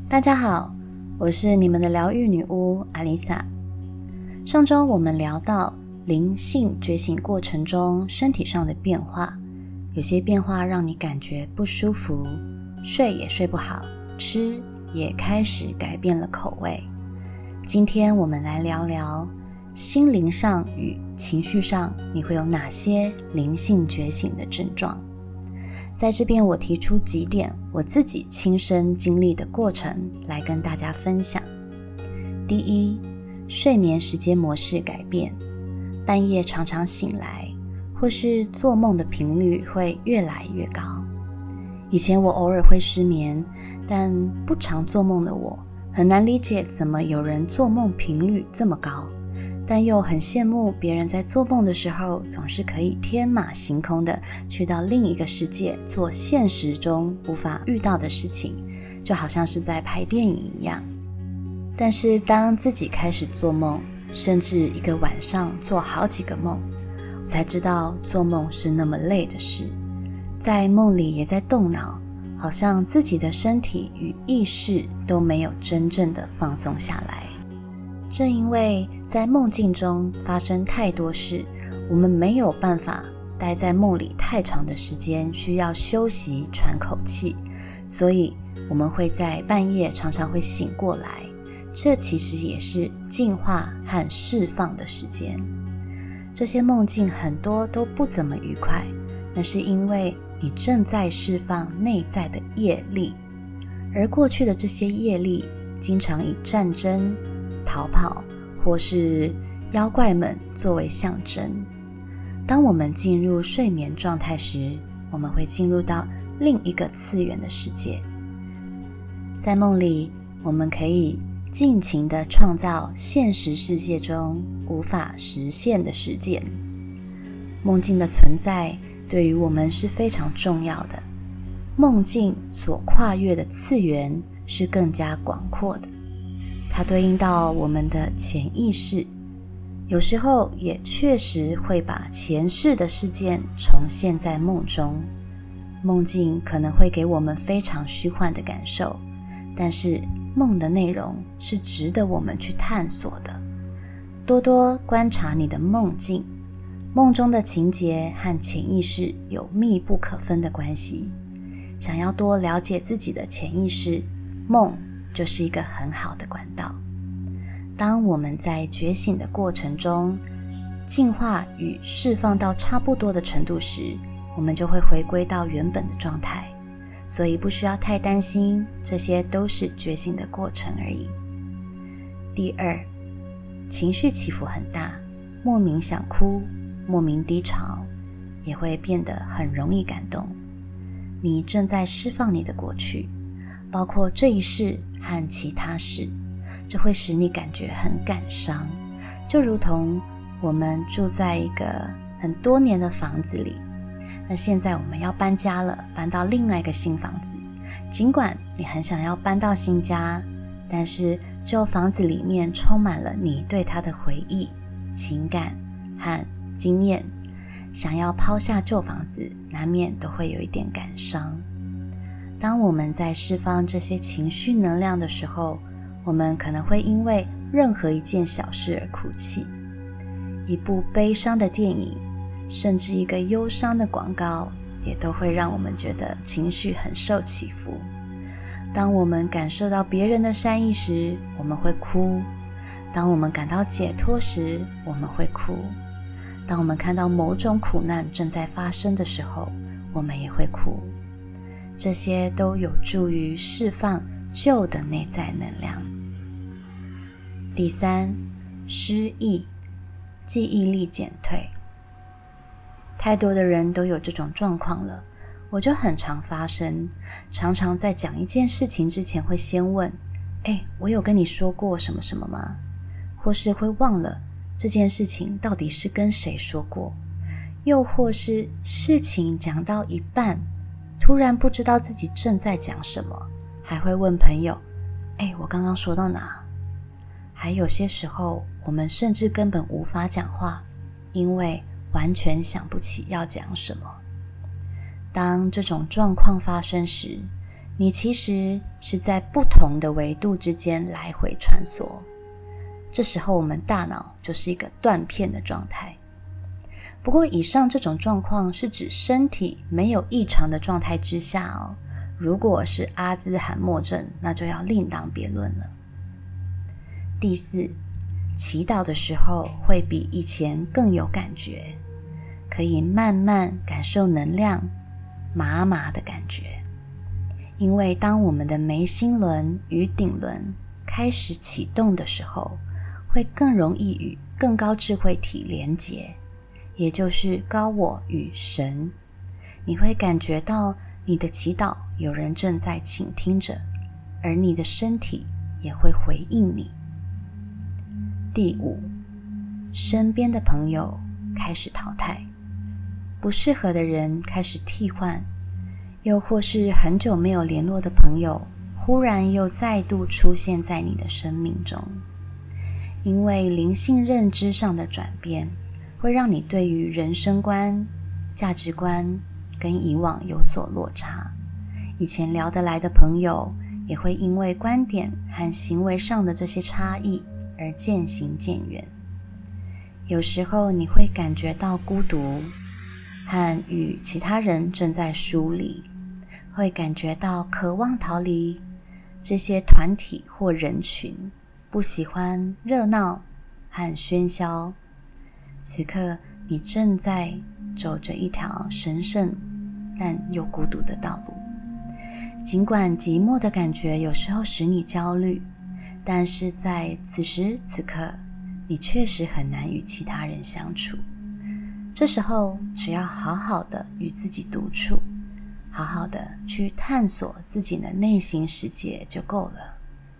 大家好，我是你们的疗愈女巫阿丽萨。上周我们聊到灵性觉醒过程中身体上的变化，有些变化让你感觉不舒服，睡也睡不好，吃也开始改变了口味。今天我们来聊聊心灵上与情绪上你会有哪些灵性觉醒的症状。在这边我提出几点我自己亲身经历的过程来跟大家分享。第一，睡眠时间模式改变，半夜常常醒来，或是做梦的频率会越来越高。以前我偶尔会失眠，但不常做梦的我很难理解怎么有人做梦频率这么高，但又很羡慕别人在做梦的时候总是可以天马行空的去到另一个世界做现实中无法遇到的事情，就好像是在拍电影一样。但是当自己开始做梦，甚至一个晚上做好几个梦，我才知道做梦是那么累的事，在梦里也在动脑，好像自己的身体与意识都没有真正的放松下来。正因为在梦境中发生太多事，我们没有办法待在梦里太长的时间，需要休息喘口气，所以我们会在半夜常常会醒过来，这其实也是净化和释放的时间。这些梦境很多都不怎么愉快，那是因为你正在释放内在的业力，而过去的这些业力经常以战争、逃跑或是妖怪们作为象征。当我们进入睡眠状态时，我们会进入到另一个次元的世界。在梦里，我们可以尽情地创造现实世界中无法实现的事件。梦境的存在对于我们是非常重要的，梦境所跨越的次元是更加广阔的，它对应到我们的潜意识，有时候也确实会把前世的事件重现在梦中。梦境可能会给我们非常虚幻的感受，但是梦的内容是值得我们去探索的。多多观察你的梦境，梦中的情节和潜意识有密不可分的关系。想要多了解自己的潜意识，梦就是一个很好的管道。当我们在觉醒的过程中，净化与释放到差不多的程度时，我们就会回归到原本的状态，所以不需要太担心，这些都是觉醒的过程而已。第二，情绪起伏很大，莫名想哭，莫名低潮，也会变得很容易感动。你正在释放你的过去，包括这一世和其他事，这会使你感觉很感伤，就如同我们住在一个很多年的房子里，那现在我们要搬家了，搬到另外一个新房子，尽管你很想要搬到新家，但是旧房子里面充满了你对它的回忆、情感和经验，想要抛下旧房子，难免都会有一点感伤。当我们在释放这些情绪能量的时候，我们可能会因为任何一件小事而哭泣，一部悲伤的电影，甚至一个忧伤的广告，也都会让我们觉得情绪很受起伏。当我们感受到别人的善意时，我们会哭；当我们感到解脱时，我们会哭；当我们看到某种苦难正在发生的时候，我们也会哭。这些都有助于释放旧的内在能量。第三，失忆，记忆力减退。太多的人都有这种状况了，我就很常发生，常常在讲一件事情之前会先问，我有跟你说过什么什么吗？或是会忘了这件事情到底是跟谁说过，又或是事情讲到一半，突然不知道自己正在讲什么，还会问朋友，我刚刚说到哪？还有些时候，我们甚至根本无法讲话，因为完全想不起要讲什么。当这种状况发生时， 你其实是在不同的维度之间来回穿梭。这时候我们大脑就是一个断片的状态。不过以上这种状况是指身体没有异常的状态之下哦。如果是阿兹海默症，那就要另当别论了。第四，祈祷的时候会比以前更有感觉，可以慢慢感受能量麻麻的感觉。因为当我们的眉心轮与顶轮开始启动的时候，会更容易与更高智慧体连结，也就是高我与神。你会感觉到你的祈祷有人正在倾听着，而你的身体也会回应你。第五，身边的朋友开始淘汰，不适合的人开始替换，又或是很久没有联络的朋友忽然又再度出现在你的生命中。因为灵性认知上的转变，会让你对于人生观、价值观跟以往有所落差。以前聊得来的朋友，也会因为观点和行为上的这些差异而渐行渐远。有时候你会感觉到孤独，和与其他人正在疏离，会感觉到渴望逃离这些团体或人群，不喜欢热闹和喧嚣。此刻你正在走着一条神圣但又孤独的道路。尽管寂寞的感觉有时候使你焦虑，但是在此时此刻，你确实很难与其他人相处。这时候只要好好的与自己独处，好好的去探索自己的内心世界就够了。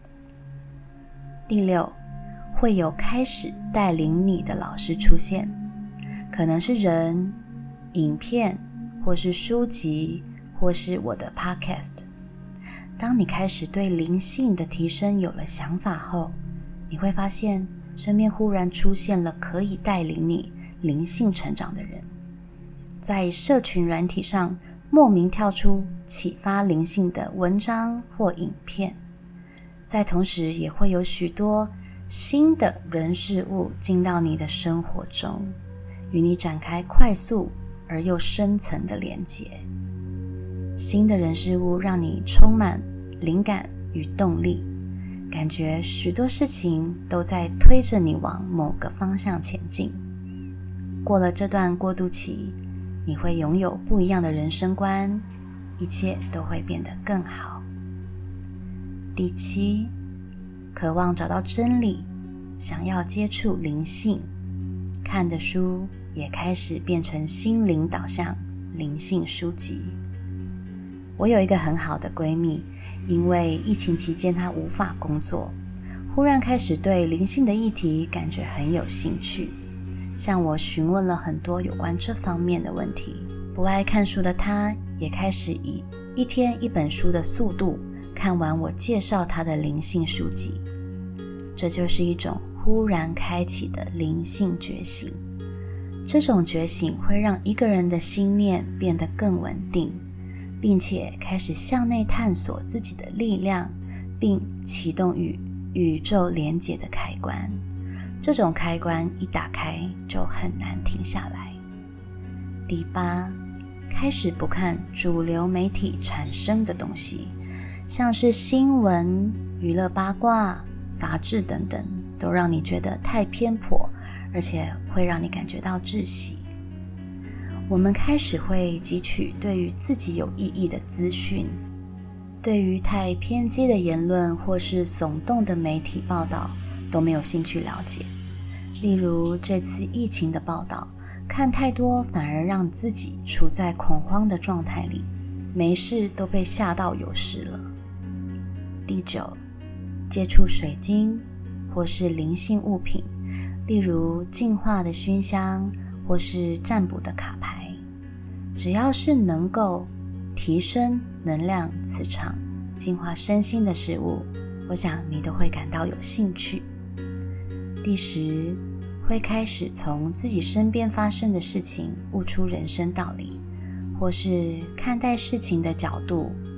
第六，会有开始带领你的老师出现，可能是人、影片，或是书籍，或是我的 podcast。 当你开始对灵性的提升有了想法后，你会发现身边忽然出现了可以带领你灵性成长的人，在社群软体上莫名跳出启发灵性的文章或影片，在同时也会有许多新的人事物进到你的生活中，与你展开快速而又深层的连结。新的人事物让你充满灵感与动力，感觉许多事情都在推着你往某个方向前进。过了这段过渡期，你会拥有不一样的人生观，一切都会变得更好。第七，渴望找到真理，想要接触灵性，看的书也开始变成心灵导向灵性书籍。我有一个很好的闺蜜，因为疫情期间她无法工作，忽然开始对灵性的议题感觉很有兴趣，向我询问了很多有关这方面的问题。不爱看书的她也开始以一天一本书的速度看完我介绍她的灵性书籍。这就是一种忽然开启的灵性觉醒。这种觉醒会让一个人的心念变得更稳定，并且开始向内探索自己的力量，并启动与宇宙连结的开关。这种开关一打开就很难停下来。第八，开始不看主流媒体产生的东西，像是新闻、娱乐八卦、杂志等等，都让你觉得太偏颇，而且会让你感觉到窒息。我们开始会汲取对于自己有意义的资讯，对于太偏激的言论或是耸动的媒体报道都没有兴趣了解。例如这次疫情的报道，看太多反而让自己处在恐慌的状态里，没事都被吓到有事了。第九，接触水晶或是灵性物品，例如净化的熏香或是占卜的卡牌，只要是能够提升能量磁场、净化身心的事物，我想你都会感到有兴趣。第十，会开始从自己身边发生的事情悟出人生道理，或是看待事情的角度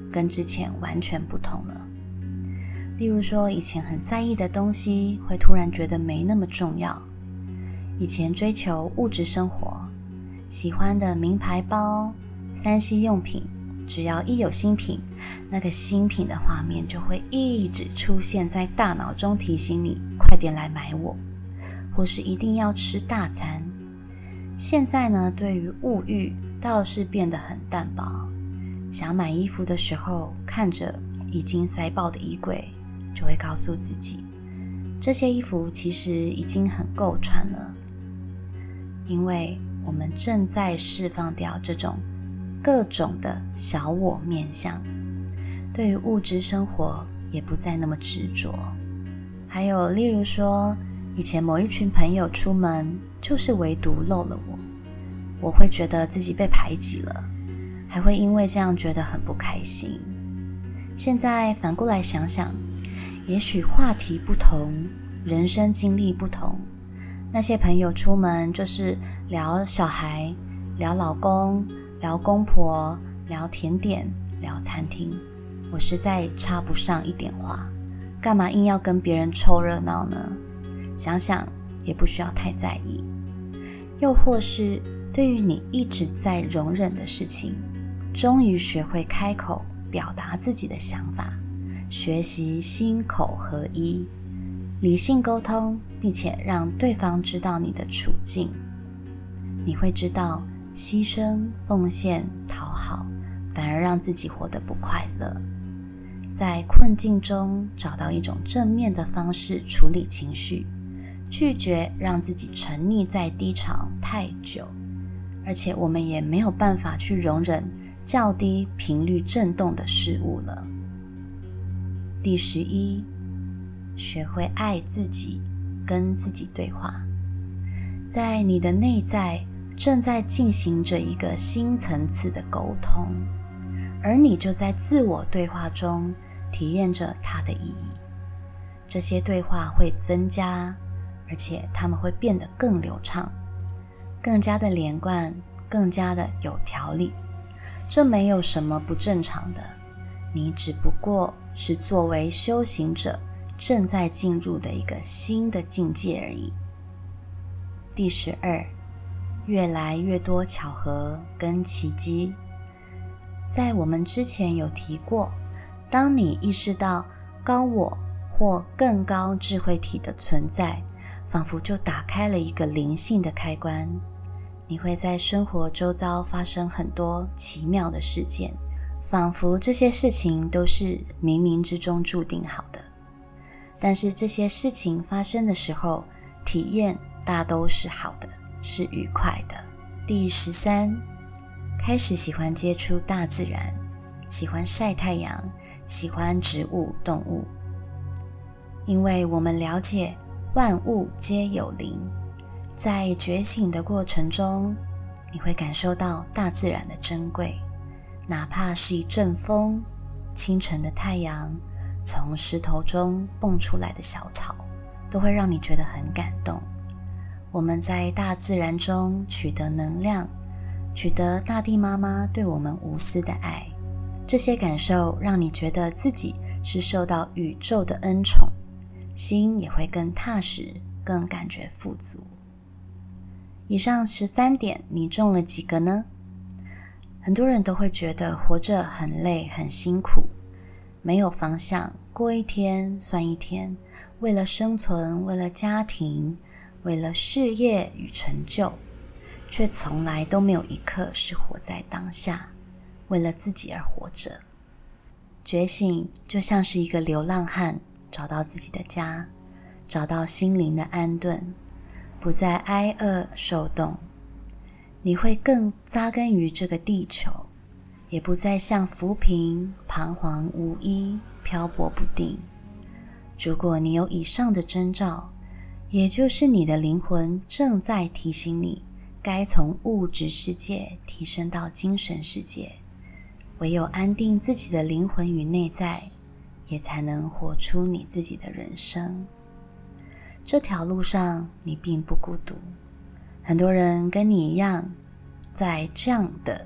跟之前完全不同了。例如说，以前很在意的东西，会突然觉得没那么重要。以前追求物质生活，喜欢的名牌包、3C 用品，只要一有新品，那个新品的画面就会一直出现在大脑中，提醒你快点来买我，或是一定要吃大餐。现在呢，对于物欲倒是变得很淡薄，想买衣服的时候，看着已经塞爆的衣柜，就会告诉自己，这些衣服其实已经很够穿了。因为我们正在释放掉这种各种的小我面向，对于物质生活也不再那么执着。还有例如说，以前某一群朋友出门，就是唯独漏了我会觉得自己被排挤了，还会因为这样觉得很不开心。现在反过来想想，也许话题不同，人生经历不同，那些朋友出门就是聊小孩，聊老公，聊公婆，聊甜点，聊餐厅，我实在插不上一点话，干嘛硬要跟别人凑热闹呢？想想也不需要太在意。又或是对于你一直在容忍的事情，终于学会开口表达自己的想法，学习心口合一，理性沟通，并且让对方知道你的处境。你会知道，牺牲、奉献、讨好，反而让自己活得不快乐。在困境中找到一种正面的方式处理情绪，拒绝让自己沉溺在低潮太久，而且我们也没有办法去容忍较低频率振动的事物了。第11，学会爱自己，跟自己对话。在你的内在正在进行着一个新层次的沟通，而你就在自我对话中体验着它的意义。这些对话会增加，而且它们会变得更流畅，更加的连贯，更加的有条理。这没有什么不正常的，你只不过是作为修行者正在进入的一个新的境界而已。第12，越来越多巧合跟奇迹。在我们之前有提过，当你意识到高我或更高智慧体的存在，仿佛就打开了一个灵性的开关。你会在生活周遭发生很多奇妙的事件，仿佛这些事情都是冥冥之中注定好的。但是这些事情发生的时候，体验大都是好的，是愉快的。第13，开始喜欢接触大自然，喜欢晒太阳，喜欢植物、动物。因为我们了解万物皆有灵，在觉醒的过程中，你会感受到大自然的珍贵，哪怕是一阵风，清晨的太阳，从石头中蹦出来的小草，都会让你觉得很感动。我们在大自然中取得能量，取得大地妈妈对我们无私的爱，这些感受让你觉得自己是受到宇宙的恩宠，心也会更踏实，更感觉富足。以上13点，你中了几个呢？很多人都会觉得活着很累很辛苦，没有方向，过一天算一天，为了生存，为了家庭，为了事业与成就，却从来都没有一刻是活在当下，为了自己而活着。觉醒就像是一个流浪汉找到自己的家，找到心灵的安顿，不再挨饿受冻。你会更扎根于这个地球，也不再像浮萍彷徨无依，漂泊不定。如果你有以上的征兆，也就是你的灵魂正在提醒你，该从物质世界提升到精神世界。唯有安定自己的灵魂与内在，也才能活出你自己的人生。这条路上你并不孤独，很多人跟你一样，在这样的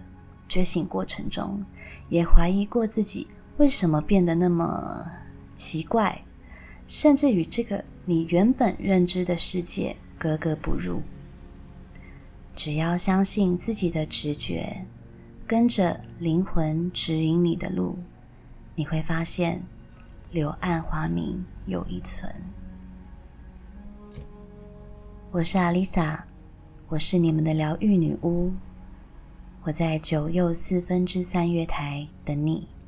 觉醒过程中，也怀疑过自己为什么变得那么奇怪，甚至与这个你原本认知的世界格格不入。只要相信自己的直觉，跟着灵魂指引你的路，你会发现柳暗花明又一村。我是阿丽萨，我是你们的疗愈女巫，我在9又3/4月台等你。